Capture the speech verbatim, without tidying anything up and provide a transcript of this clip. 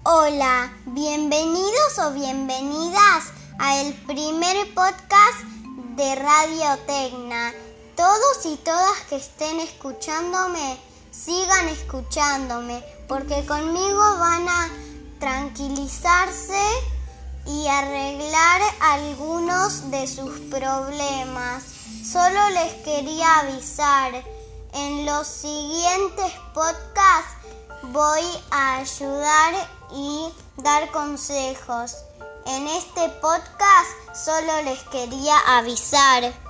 Hola, bienvenidos o bienvenidas a el primer podcast de Radio Tecna. Todos y todas que estén escuchándome, sigan escuchándome, porque conmigo van a tranquilizarse y arreglar algunos de sus problemas. Solo les quería avisar, en los siguientes podcasts voy a ayudar y dar consejos. En este podcast solo les quería avisar.